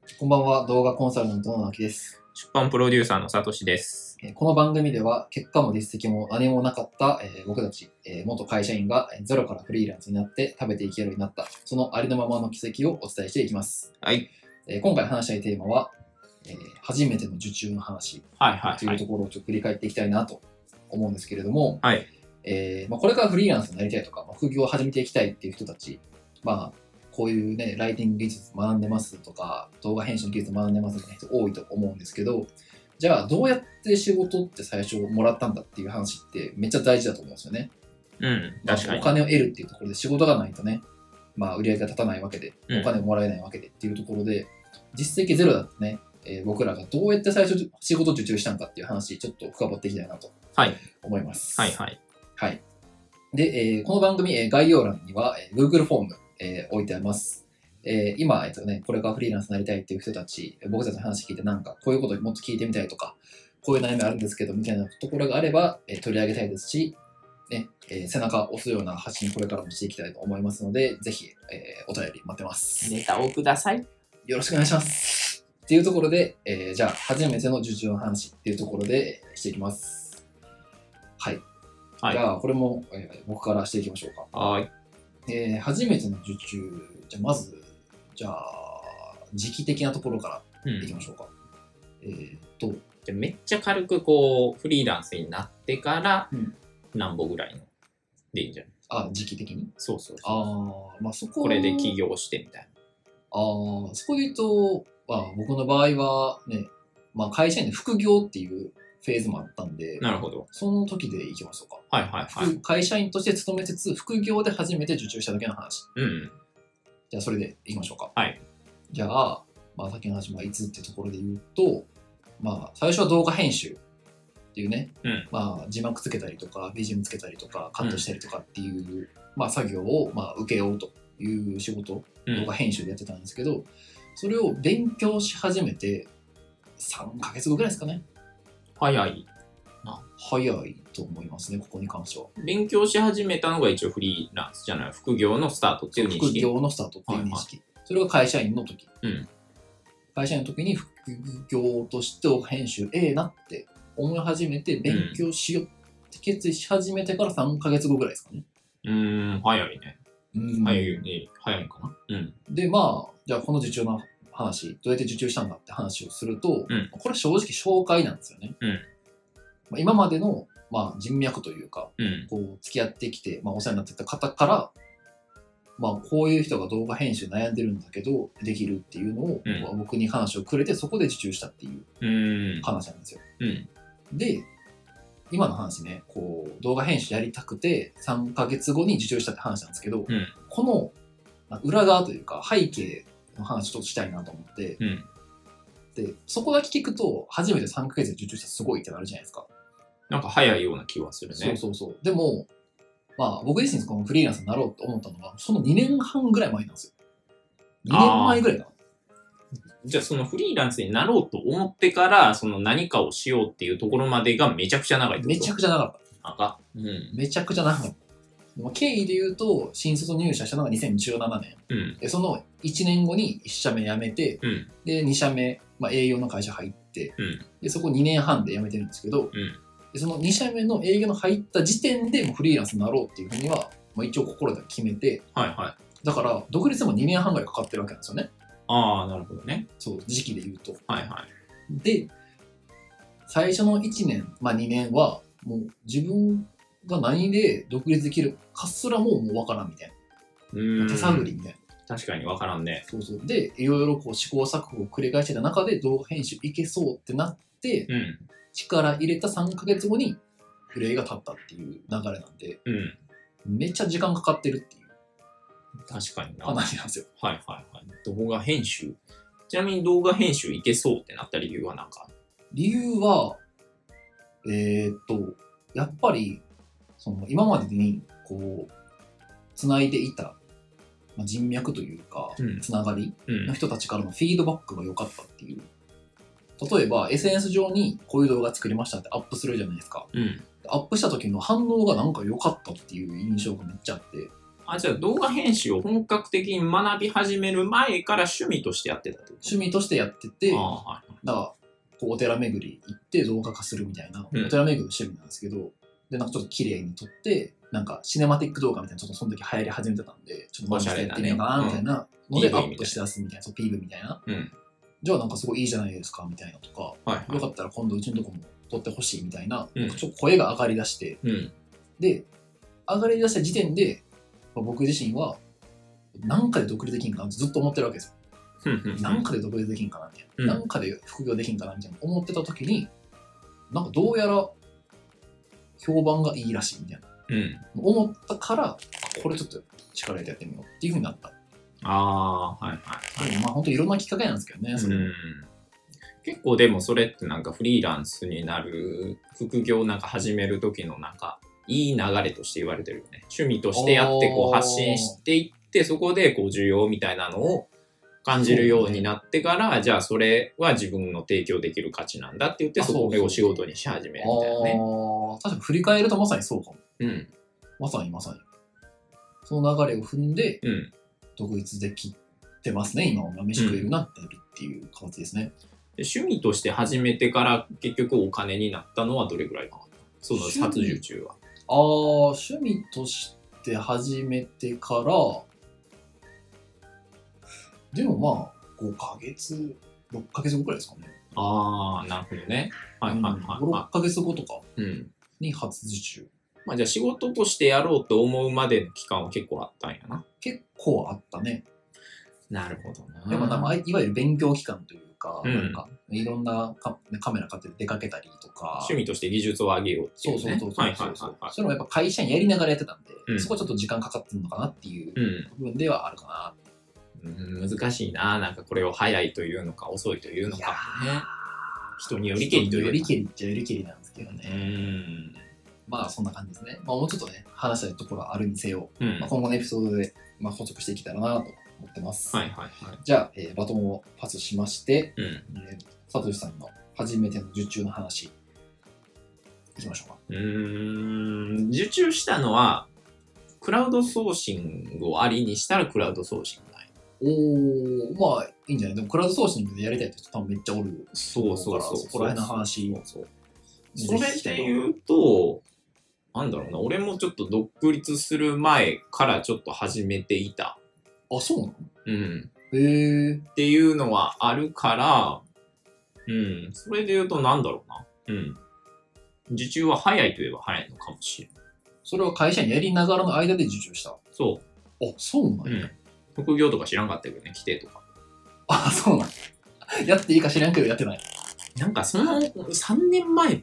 こんばんは、動画コンサルタントのなきです。 出版プロデューサーのさとしです。 この番組では、結果も実績も何もなかった僕たち元会社員がゼロからフリーランスになって食べていけるようになった、そのありのままの軌跡をお伝えしていきます。 はい。 今回話したいテーマは、初めての受注の話というところをちょっと振り返っていきたいなと思うんですけれども、 はい。 これからフリーランスになりたいとか、副業を始めていきたいっていう人たち、こういうね、ライティング技術学んでますとか、動画編集の技術学んでますみたいな人多いと思うんですけど、じゃあどうやって仕事って最初もらったんだっていう話ってめっちゃ大事だと思うんですよね。 うん、確かに。 お金を得るっていうところで仕事がないとね、売り上げが立たないわけで、お金をもらえないわけでっていうところで、実績ゼロだとね、僕らがどうやって最初仕事を受注したのかっていう話、ちょっと深掘っていきたいなと思います。 はいはい。 はい。で、この番組、概要欄には、Google フォーム、置いてあります。今、これからフリーランスになりたいっていう人たち、僕たちの話聞いてなんか、こういうこともっと聞いてみたいとか、こういう悩みあるんですけど、みたいなところがあれば、取り上げたいですし、ね背中を押すような発信これからもしていきたいと思いますので、ぜひ、お便り待ってます。 ネタをください。 よろしくお願いします。っていうところで、じゃあ、初めての受注の話っていうところでしていきます。はい。じゃあ、これも、僕からしていきましょうか。 はい。 初めての受注、じゃあまず、時期的なところからいきましょうか。 じゃめっちゃ軽くこう、フリーランスになってから、何歩ぐらいのでいいんじゃない？ 時期的に？ そう。 そここれで起業してみたいな。 そこで言うと、僕の場合はね、会社員で副業っていうフェーズもあったんで、 なるほど。 その時でいきましょうか。会社員として勤めつつ、副業で初めて受注した時の話。じゃあ、それでいきましょうか。 はい。 じゃあ、さっきの話、いつってところで言うと、最初は動画編集っていうね、字幕つけたりとか、BGM つけたりとか、カットしたりとかっていう、作業を、受けようという仕事、動画編集でやってたんですけど、それを勉強し始めて、3ヶ月後ぐらいですかね。 早いと思いますね、ここに関しては。 勉強し始めたのが一応フリーランスじゃない、副業のスタートっていう認識。 副業のスタートっていう認識。それが会社員の時。会社員の時に副業として動画編集なって思い始めて勉強しようって決意し始めてから3ヶ月後ぐらいですかね。 早いね。早いかな。 で、じゃあこの受注の話、どうやって受注したんだって話をすると、これ正直紹介なんですよね。今までの、人脈というか、こう付き合ってきて、お世話になってた方から、こういう人が動画編集悩んでるんだけどできるっていうのを、僕に話をくれてそこで受注したっていう話なんですよ。で、今の話ね、こう動画編集やりたくて3ヶ月後に受注したって話なんですけど、この裏側というか背景の話ちょっとしたいなと思って、でそこだけ聞くと初めて3ヶ月で受注したらすごいってなるじゃないですか。 なんか早いような気はするね。 そう。でも、僕自身このフリーランスになろうと思ったのは、その2年半ぐらい前なんですよ。2年前ぐらいかな。 じゃあそのフリーランスになろうと思ってから、その何かをしようっていうところまでがめちゃくちゃ長いってこと？ めちゃくちゃ長かった。めちゃくちゃ長かった。経緯で言うと、新卒入社したのが2017年。でその1年後に1社目辞めて、で2社目、営業の会社入って、でそこ2年半で辞めてるんですけど、でその2社目の営業の入った時点でもうフリーランスになろうっていうふうには、一応心で決めて、だから独立も2年半ぐらいかかってるわけなんですよね。 なるほどね。 そう、時期で言うと。で、最初の1年、2年はもう自分が何で独立できるかすらもう分からんみたいな。手探りみたいな。 確かに分からんね。 で、いろいろこう試行錯誤を繰り返してた中で動画編集いけそうってなって、力入れた3ヶ月後にフレイが立ったっていう流れなんで、めっちゃ時間かかってるっていう確かにな話なんですよ。 動画編集。ちなみに動画編集いけそうってなった理由は何か？ 理由は、やっぱりその今までにこう繋いでいた、人脈というか、つながりの人たちからのフィードバックが良かったっていう。例えば SNS 上にこういう動画作りましたってアップするじゃないですか。アップした時の反応がなんか良かったっていう印象がめっちゃあって、 じゃあ動画編集を本格的に学び始める前から趣味としてやってたってこと？ 趣味としてやってて、 はい、 だからこうお寺巡り行って動画化するみたいな、お寺巡りの趣味なんですけど、でなんかちょっと綺麗に撮ってなんかシネマティック動画みたいなちょっとその時流行り始めてたんで、ちょっと真似してやってみようかなみたいなのでアップしだすみたいな、そう PV みたいな、じゃあなんかすごいいいじゃないですかみたいなとか、よかったら今度うちのとこも撮ってほしいみたいな、なんかちょっと声が上がりだして、で上がりだした時点で僕自身は何かで独立できんかなってずっと思ってるわけですよ。何かで独立できんかなみたいな、何かで副業できんかなみたいな思ってた時に、なんかどうやら評判がいいらしいみたいな、思ったからこれちょっと力入れてやってみようっていうふうになった。 はいはいはい。 まあ本当いろんなきっかけなんですけどね。 結構でもそれってなんかフリーランスになる副業なんか始める時のなんかいい流れとして言われてるよね。趣味としてやってこう発信していって、そこでこう需要みたいなのを感じるようになってから、じゃあそれは自分の提供できる価値なんだって言って、そこを仕事にし始めるみたいなね。 確かに振り返るとまさにそうかも。まさにまさに。その流れを踏んで、独立できてますね。今は飯食えるなっていう形ですね。 趣味として始めてから結局お金になったのはどれぐらいかな？その殺受中は。 趣味として始めてから、でもまあ、5ヶ月、6ヶ月後くらいですかね。 なるほどね。はいはいはい、はい。 5、6ヶ月後とかに初受注。 じゃあ仕事としてやろうと思うまでの期間は結構あったんやな。 結構あったね。 なるほどな。 でもいわゆる勉強期間というか、なんかいろんなカメラ買って出かけたりとか、 趣味として技術を上げようっていうね。 そう。それもやっぱ会社にやりながらやってたんで、そこちょっと時間かかってるのかなっていう部分ではあるかな。 難しいな。なんかこれを早いというのか遅いというのかね。人によりけりというか。 よりけりっちゃよりけりなんですけどね。まあそんな感じですね。もうちょっとね、話したいところはあるにせよ、今後のエピソードで補足していけたらなと思ってます。じゃあ、バトンをパスしまして、サトシさんの初めての受注の話、いきましょうか。 受注したのは、クラウドソーシングをありにしたらクラウドソーシングない。 まあいいんじゃない？でもクラウドソーシングでやりたいって人多分めっちゃおる。 そう。 そこら辺の話。 それで言うと、なんだろうな、俺もちょっと独立する前からちょっと始めていた。 そうなの？ っていうのはあるから、それで言うとなんだろうな。受注は早いといえば早いのかもしれない。 それは会社にやりながらの間で受注した？ そう。 そうなんや。 副業とか知らんかったけどね、規定とか。 そうなんやっていいか知らんけどやってない。 なんかその3年前って、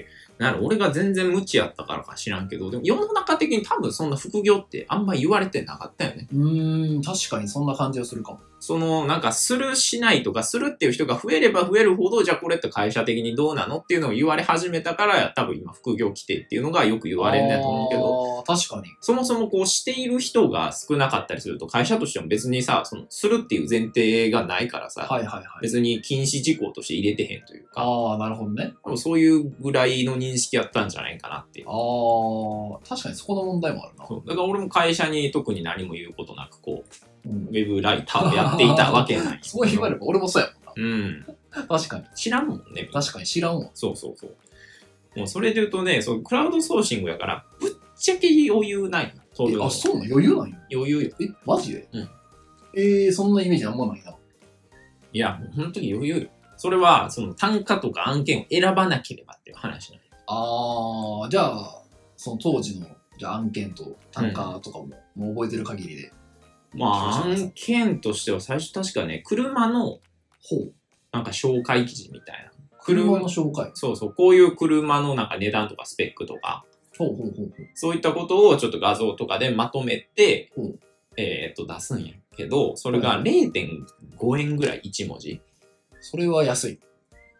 俺が全然無知やったからか知らんけど、でも世の中的に多分そんな副業ってあんま言われてなかったよね。 確かにそんな感じがするかも。 なんかするしないとかするっていう人が増えれば増えるほど、じゃあこれって会社的にどうなのっていうのを言われ始めたから、多分今副業規定っていうのがよく言われるんだと思うけど、 確かに。 そもそもこうしている人が少なかったりすると、会社としても別にさ、するっていう前提がないからさ、別に禁止事項として入れてへんというか、 なるほどね。 そういうぐらいの認識やったんじゃないかなっていう。 確かにそこの問題もあるな。 だから俺も会社に特に何も言うことなくこう、ウェブライターをやっていたわけない。 そう言われれば俺もそうやもんな。確かに。 知らんもんね。 確かに知らんわ。 そう。もうそれで言うとね、クラウドソーシングやから、ぶっちゃけ余裕ないの。そうなの？余裕ないよ。 余裕よ。 マジで？そんなイメージあんまないな。 いや、もう本当に余裕よ。それは、単価とか案件を選ばなければっていう話なんよ。 じゃあ、その当時の案件と単価とかもう覚えてる限りで。 案件としては最初確かね、車のなんか紹介記事みたいな。 車の紹介？ そう、こういう車のなんか値段とかスペックとか、そういったことをちょっと画像とかでまとめて、出すんやけど、それが 0.5 円ぐらい1文字。 それは安い。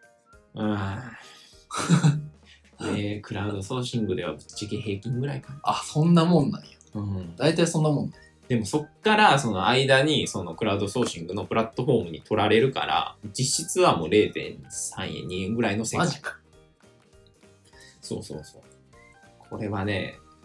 クラウドソーシングではぶっちゃけ平均ぐらいかな。 そんなもんなんや。大体そんなもんね。 でもそっからその間にそのクラウドソーシングのプラットフォームに取られるから、実質はもう 0.3 円、2円ぐらいの世界。 マジか。 そう。これはね、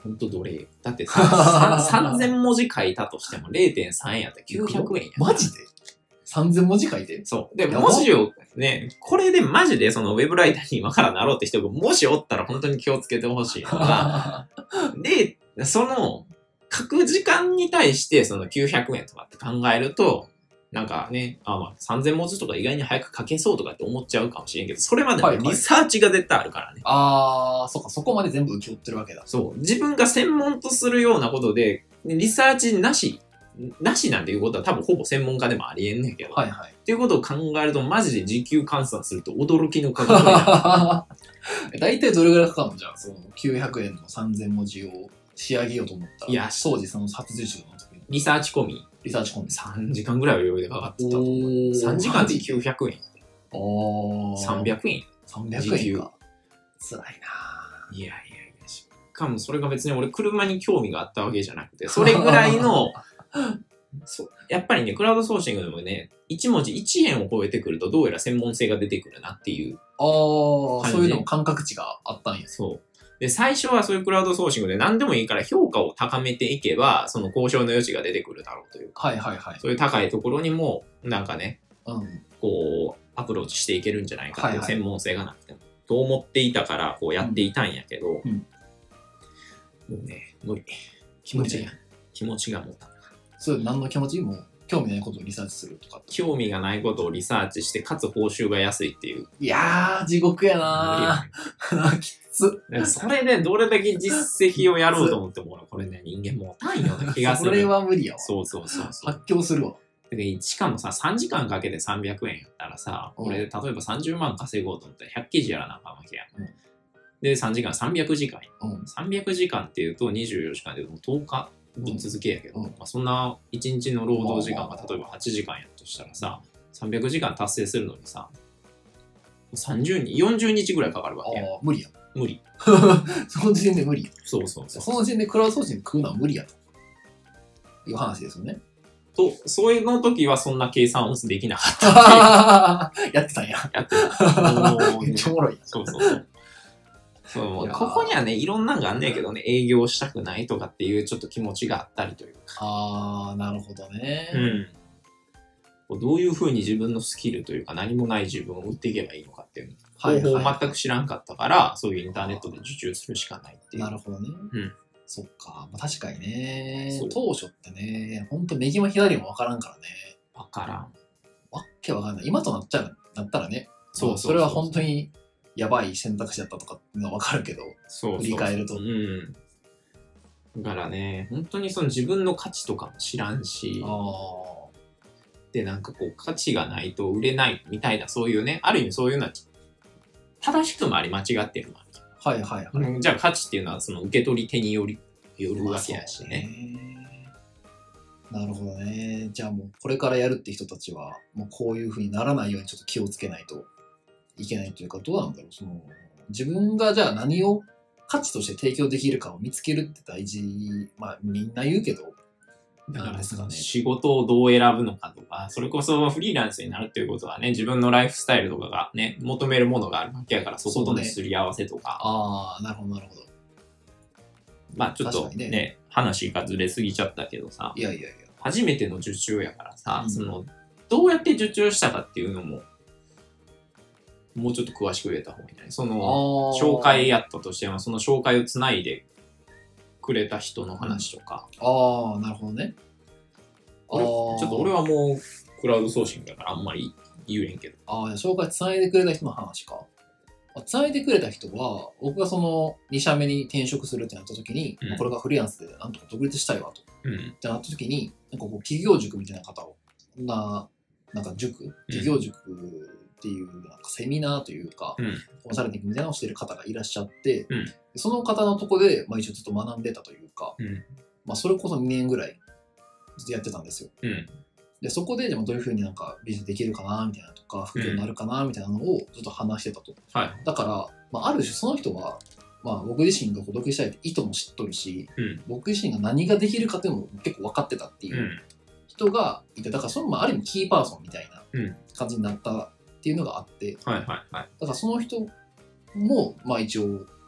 ほんとどれだってさ、3000文字書いたとしても 0.3 円やったら900円や。 マジで ?3000 文字書いて？ そう。で、文字をね、これでマジでそのウェブライターに今からなろうって人がもしおったら本当に気をつけてほしいのが、で、その、書く時間に対してその900円とかって考えると、なんかね、3000文字とか意外に早く書けそうとかって思っちゃうかもしれんけど、それまでのリサーチが絶対あるからね。 そっか、そこまで全部請け負ってるわけだ。 そう。自分が専門とするようなことで、リサーチなしなんていうことは多分ほぼ専門家でもありえんねんけど。っていうことを考えると、マジで時給換算すると驚きの価格になる。大体どれぐらいかかるの？じゃあ、その900円の3000文字を仕上げようと思ったら。 いや、 当時その殺人集の時に。 リサーチ込み。3時間ぐらいは余裕でかかってたと思う。3時間で900円。300円。 300円か。辛いな。 いや。しかもそれが別に俺車に興味があったわけじゃなくて、それぐらいの、やっぱりね、クラウドソーシングでもね、1文字1円を超えてくるとどうやら専門性が出てくるなっていう。 そういうのも感覚値があったんや。 そう。で、最初はそういうクラウドソーシングで何でもいいから評価を高めていけば、その交渉の余地が出てくるだろうというか、そういう高いところにも、なんかね、こう、アプローチしていけるんじゃないかっていう専門性がなくても、と思っていたから、こうやっていたんやけど、もうね、無理。気持ちが持たない。 それ何の気持ち？もう興味ないことをリサーチするとか。 興味がないことをリサーチして、かつ報酬が安いっていう。 いやー、地獄やなー。きつ。 それでどれだけ実績をやろうと思っても、これね、人間もたんよな気がする。 それは無理やわ。 そう。 発狂するわ。 しかもさ、3時間かけて300円やったらさ、俺、例えば30万稼ごうと思ったら100記事やらなあかんわけや。で、3時間、300時間や。300時間っていうと24時間でもう10日ぶっ続けやけど、そんな1日の労働時間が例えば8時間やとしたらさ、300時間達成するのにさ、40日ぐらいかかるわけや。 無理や。 無理。 その時点で無理や。 そう。 その時点でクラウドソーシング食うのは無理やという話ですよね。 そういうの時はそんな計算をできなかった。 やってたんや。 やってた。 めっちゃおもろい。 そうここにはね、いろんなのがあんねんけどね、営業したくないとかっていうちょっと気持ちがあったりというか。 なるほどね。 どういうふうに自分のスキルというか何もない自分を売っていけばいいのかっていう方法を全く知らんかったから、そういうインターネットで受注するしかないっていう。 なるほどね。そっか。確かにね。当初ってね、ほんと右も左も分からんからね。 分からん。 わけ分かんない。今となったらね、それは本当にやばい選択肢だったとかっていうのは分かるけど、振り返ると。 だからね、本当にその自分の価値とかも知らんし、で、なんかこう、価値がないと売れないみたいな、そういうね、ある意味そういうのは、正しくもあり間違ってるもある。じゃあ価値っていうのは、その受け取り手によるわけやしね。 なるほどね。じゃあもう、これからやるって人たちは、もうこういう風にならないようにちょっと気をつけないといけないというか、どうなんだろう。自分がじゃあ何を価値として提供できるかを見つけるって大事。みんな言うけど、 だから仕事をどう選ぶのかとか、それこそフリーランスになるっていうことはね、自分のライフスタイルとかがね、求めるものがあるわけやから、そことのすり合わせとか。 なるほど。 ちょっとね、話がずれすぎちゃったけどさ、初めての受注やからさ、どうやって受注したかっていうのも、もうちょっと詳しく言えた方がいいんじゃない？紹介やったとしても、その紹介をつないでくれた人の話とか。 なるほどね。 ちょっと俺はもうクラウドソーシングだからあんまり言えんけど。 紹介つないでくれた人の話か。つないでくれた人は、僕がその2社目に転職するってなった時に、これがフリーランスでなんとか独立したいわと。ってなった時に、なんかこう企業塾みたいな方を、なんか企業塾っていうなんかセミナーというか、コンサルティングみたいなのをしている方がいらっしゃって、その方のとこで、一応ずっと学んでたというか、それこそ2年ぐらいずっとやってたんですよ。でそこででもどういうふうになんかビジネスできるかなみたいなとか、副業になるかなみたいなのをずっと話してたと。だから、ある種その人は、僕自身が孤独したいって意図も知っとるし、僕自身が何ができるかっていうのも結構分かってたっていう人がいて、だからそれもある意味キーパーソンみたいな感じになったっていうのがあって、だからその人も一応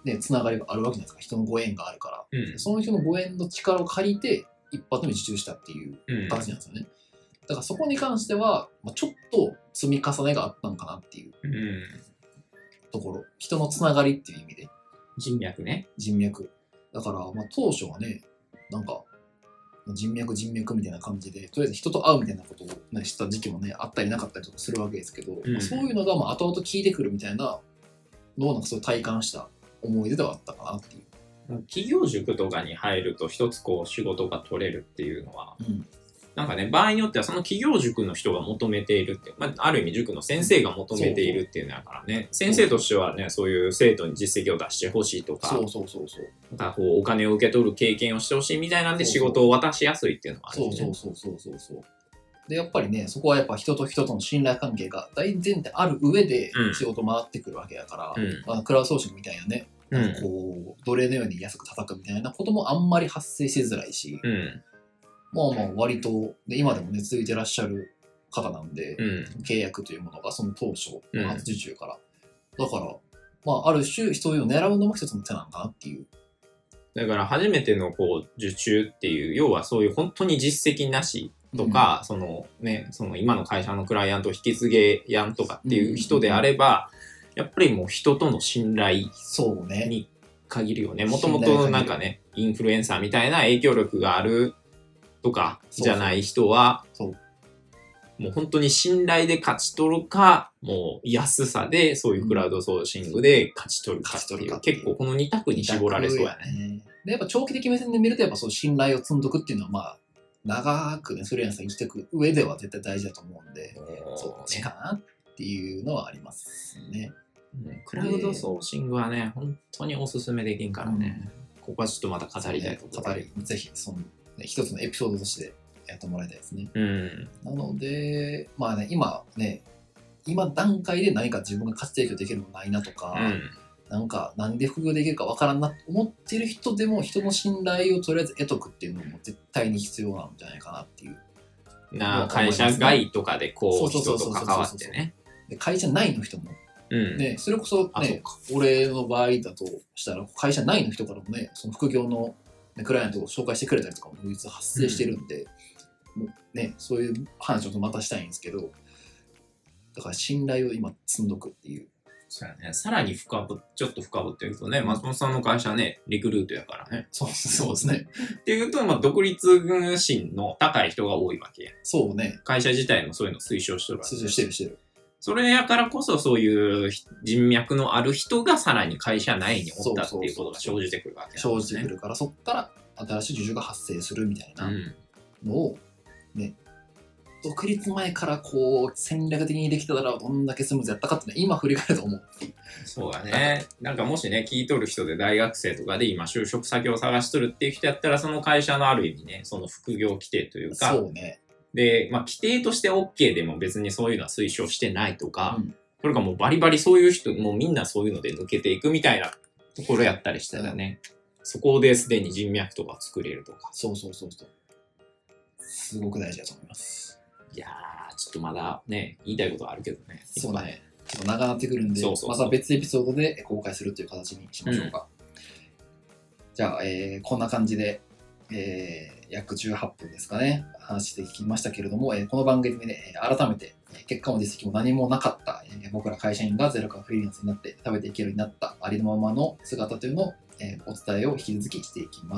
ね、つながりがあるわけじゃないですか。人のご縁があるから。その人のご縁の力を借りて、一発目受注したっていう形なんですよね。だからそこに関しては、ちょっと積み重ねがあったのかなっていうところ。人のつながりっていう意味で。 人脈ね。 人脈。だから、当初はね、なんか、人脈みたいな感じで、とりあえず人と会うみたいなことを、ね、した時期もね、あったりなかったりとかするわけですけど、そういうのが後々聞いてくるみたいなのをなんかそう体感した思い出ではあったかなっていう。 企業塾とかに入ると一つこう仕事が取れるっていうのは、なんかね、場合によってはその企業塾の人が求めているって、ある意味塾の先生が求めているっていうのだからね、先生としてはね、そういう生徒に実績を出してほしいとか、なんかこうお金を受け取る経験をしてほしいみたいなんで仕事を渡しやすいっていうのがあるんですね。 そう。で、やっぱりね、そこはやっぱ人と人との信頼関係が大前提ある上で仕事回ってくるわけだから、クラウドソーシングみたいなね、こう奴隷のように安く叩くみたいなこともあんまり発生しづらいし、割とで今でもね続いてらっしゃる方なんで、契約というものがその当初の初受注から、だからある種人を狙うのも一つの手なのかなっていう。 だから初めてのこう受注っていう要はそういう本当に実績なしとか、その今の会社のクライアントを引き継げやんとかっていう人であれば、やっぱりもう人との信頼に限るよね。もともとなんかね、インフルエンサーみたいな影響力があるとかじゃない人は、もう本当に信頼で勝ち取るか、もう安さでそういうクラウドソーシングで勝ち取るかっていう、結構この2択に絞られそうやね。 でやっぱ長期的目線で見るとやっぱそう信頼を積んどくっていうのは長くねフリーランスに生きていく上では絶対大事だと思うんで、そっちかなっていうのはありますね。 クラウドソーシングはね、本当におすすめできんからね。ここはちょっとまた語りたいところ。 ぜひその一つのエピソードとしてやってもらいたいですね。なので今段階で何か自分が価値提供できるのないなとか、なんで副業できるかわからんなと思ってる人でも人の信頼をとりあえず得とくっていうのも絶対に必要なんじゃないかなっていう。 会社外とかでこう人と関わってね。 会社内の人も。それこそね、俺の場合だとしたら会社内の人からもね、その副業のクライアントを紹介してくれたりとかも実は発生してるんで、もうね、そういう話をまたしたいんですけど、だから信頼を今積んどくっていう。 そうやね。さらにちょっと深掘ってるとね、松本さんの会社ね、リクルートやからね。 そうですね。 っていうと、独立心の高い人が多いわけや。 そうね。 会社自体もそういうの推奨してるわけ。 推奨してる。 それやからこそそういう人脈のある人がさらに会社内におったっていうことが生じてくるわけ、 生じてくるから、そこから新しい受注が発生するみたいなのをね、独立前からこう戦略的にできたらどんだけスムーズやったかってね、今振り返ると思う。 そうだね。なんかもしね、聞いとる人で大学生とかで今就職先を探しとるっていう人やったら、その会社のある意味ね、その副業規定というか、 そうね。 で、規定として OK でも別にそういうのは推奨してないとか、それかもうバリバリそういう人、もうみんなそういうので抜けていくみたいなところやったりしたらね、そこですでに人脈とか作れるとか。 そう。すごく大事だと思います。 いやー、ちょっとまだね、言いたいことはあるけどね。 そうだね。ちょっと長なってくるんで、また別エピソードで公開するという形にしましょうか。じゃあ、こんな感じで、約18分ですかね、話してきましたけれども、この番組で、改めて、結果も実績も何もなかった、僕ら会社員がゼロからフリーランスになって食べていけるようになったありのままの姿というのを、お伝えを引き続きしていきます。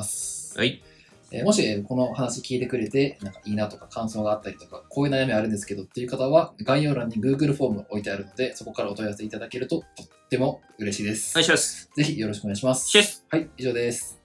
はい。 もし、この話聞いてくれて、なんかいいなとか感想があったりとか、こういう悩みあるんですけどっていう方は、概要欄に Google フォーム置いてあるので、そこからお問い合わせいただけるととっても嬉しいです。 お願いします。 ぜひよろしくお願いします。はい、以上です。